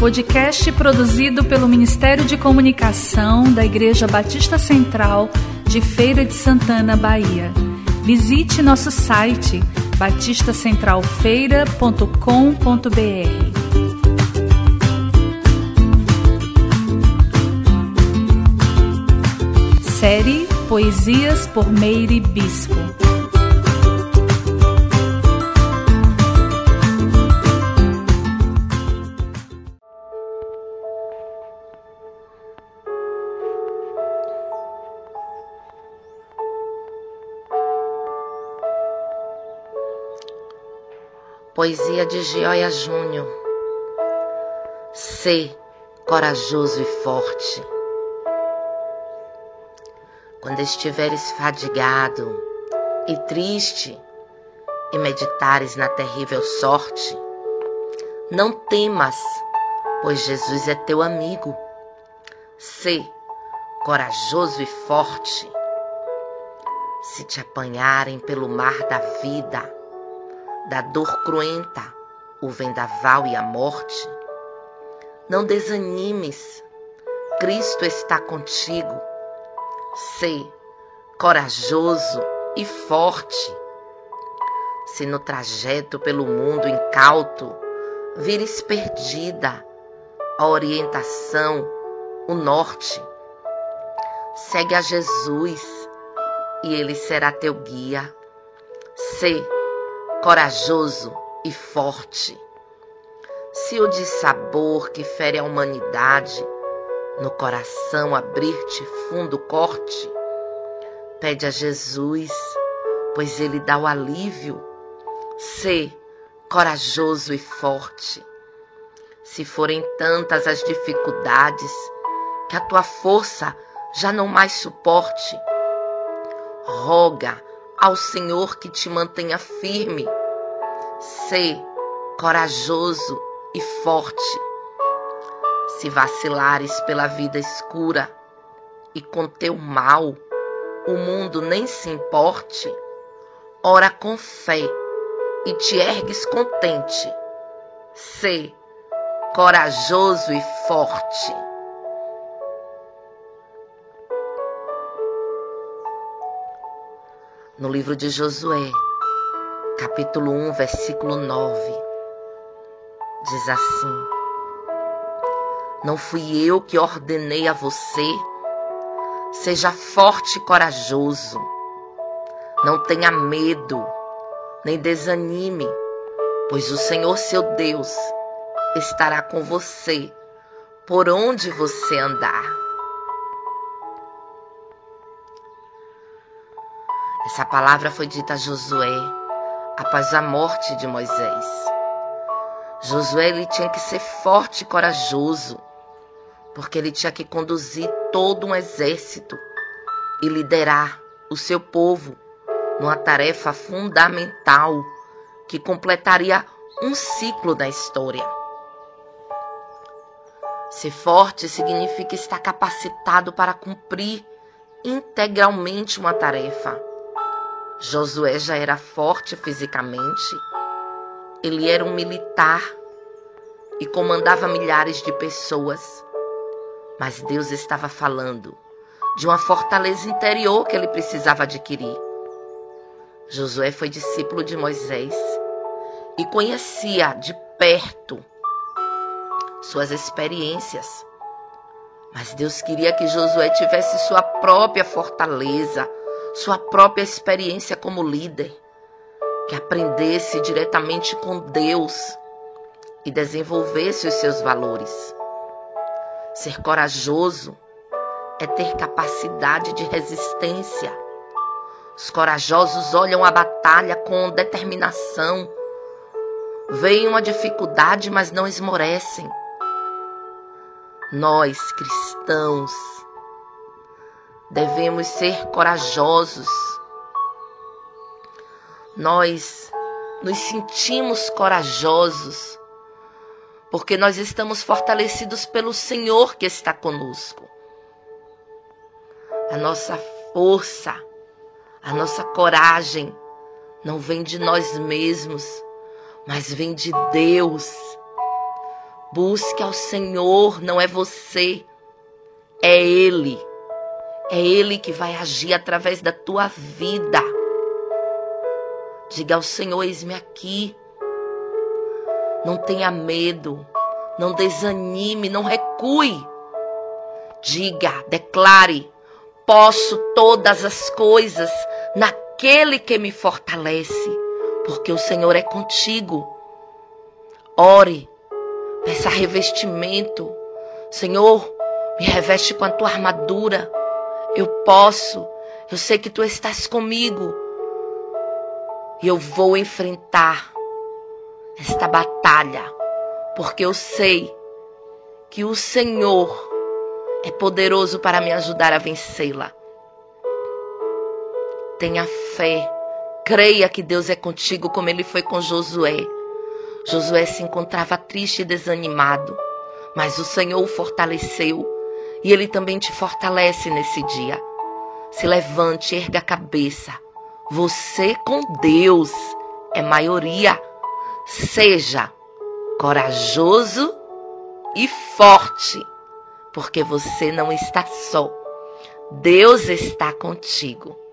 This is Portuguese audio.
podcast produzido pelo Ministério de Comunicação da Igreja Batista Central de Feira de Santana, Bahia. Visite nosso site batistacentralfeira.com.br. Série Poesias por Meire Bispo. Poesia de Gioia Júnior. Sê corajoso e forte. Quando estiveres fadigado e triste e meditares na terrível sorte, não temas, pois Jesus é teu amigo. Sê corajoso e forte. Se te apanharem pelo mar da vida, da dor cruenta, o vendaval e a morte, não desanimes, Cristo está contigo. Sê corajoso e forte. Se no trajeto pelo mundo incauto vires perdida a orientação, o norte, segue a Jesus e Ele será teu guia. Sê corajoso e forte. Se o dissabor que fere a humanidade no coração abrir-te fundo corte, pede a Jesus, pois Ele dá o alívio. Sê corajoso e forte. Se forem tantas as dificuldades que a tua força já não mais suporte, roga ao Senhor que te mantenha firme. Sê corajoso e forte. Se vacilares pela vida escura e com teu mal o mundo nem se importe, ora com fé e te ergues contente. Sê corajoso e forte. No livro de Josué, capítulo 1, versículo 9, diz assim: Não fui eu que ordenei a você? Seja forte e corajoso. Não tenha medo, nem desanime, pois o Senhor seu Deus estará com você por onde você andar. Essa palavra foi dita a Josué após a morte de Moisés. Josué ele tinha que ser forte e corajoso, porque ele tinha que conduzir todo um exército e liderar o seu povo numa tarefa fundamental que completaria um ciclo da história. Ser forte significa estar capacitado para cumprir integralmente uma tarefa. Josué já era forte fisicamente, ele era um militar e comandava milhares de pessoas, mas Deus estava falando de uma fortaleza interior que ele precisava adquirir. Josué foi discípulo de Moisés e conhecia de perto suas experiências, mas Deus queria que Josué tivesse sua própria fortaleza, sua própria experiência como líder, que aprendesse diretamente com Deus e desenvolvesse os seus valores. Ser corajoso é ter capacidade de resistência. Os corajosos olham a batalha com determinação, veem uma dificuldade, mas não esmorecem. Nós, cristãos, devemos ser corajosos. Nós nos sentimos corajosos porque nós estamos fortalecidos pelo Senhor que está conosco. A nossa força, a nossa coragem não vem de nós mesmos, mas vem de Deus. Busque ao Senhor, não é você, é Ele. É Ele que vai agir através da tua vida. Diga ao Senhor, eis-me aqui. Não tenha medo, não desanime, não recue. Diga, declare, posso todas as coisas naquele que me fortalece, porque o Senhor é contigo. Ore, peça revestimento. Senhor, me reveste com a tua armadura. Eu posso, eu sei que tu estás comigo. E eu vou enfrentar esta batalha, porque eu sei que o Senhor é poderoso para me ajudar a vencê-la. Tenha fé, creia que Deus é contigo como Ele foi com Josué. Josué se encontrava triste e desanimado, mas o Senhor o fortaleceu e Ele também te fortalece nesse dia. Se levante, erga a cabeça. Você com Deus é maioria. Seja corajoso e forte, porque você não está só. Deus está contigo.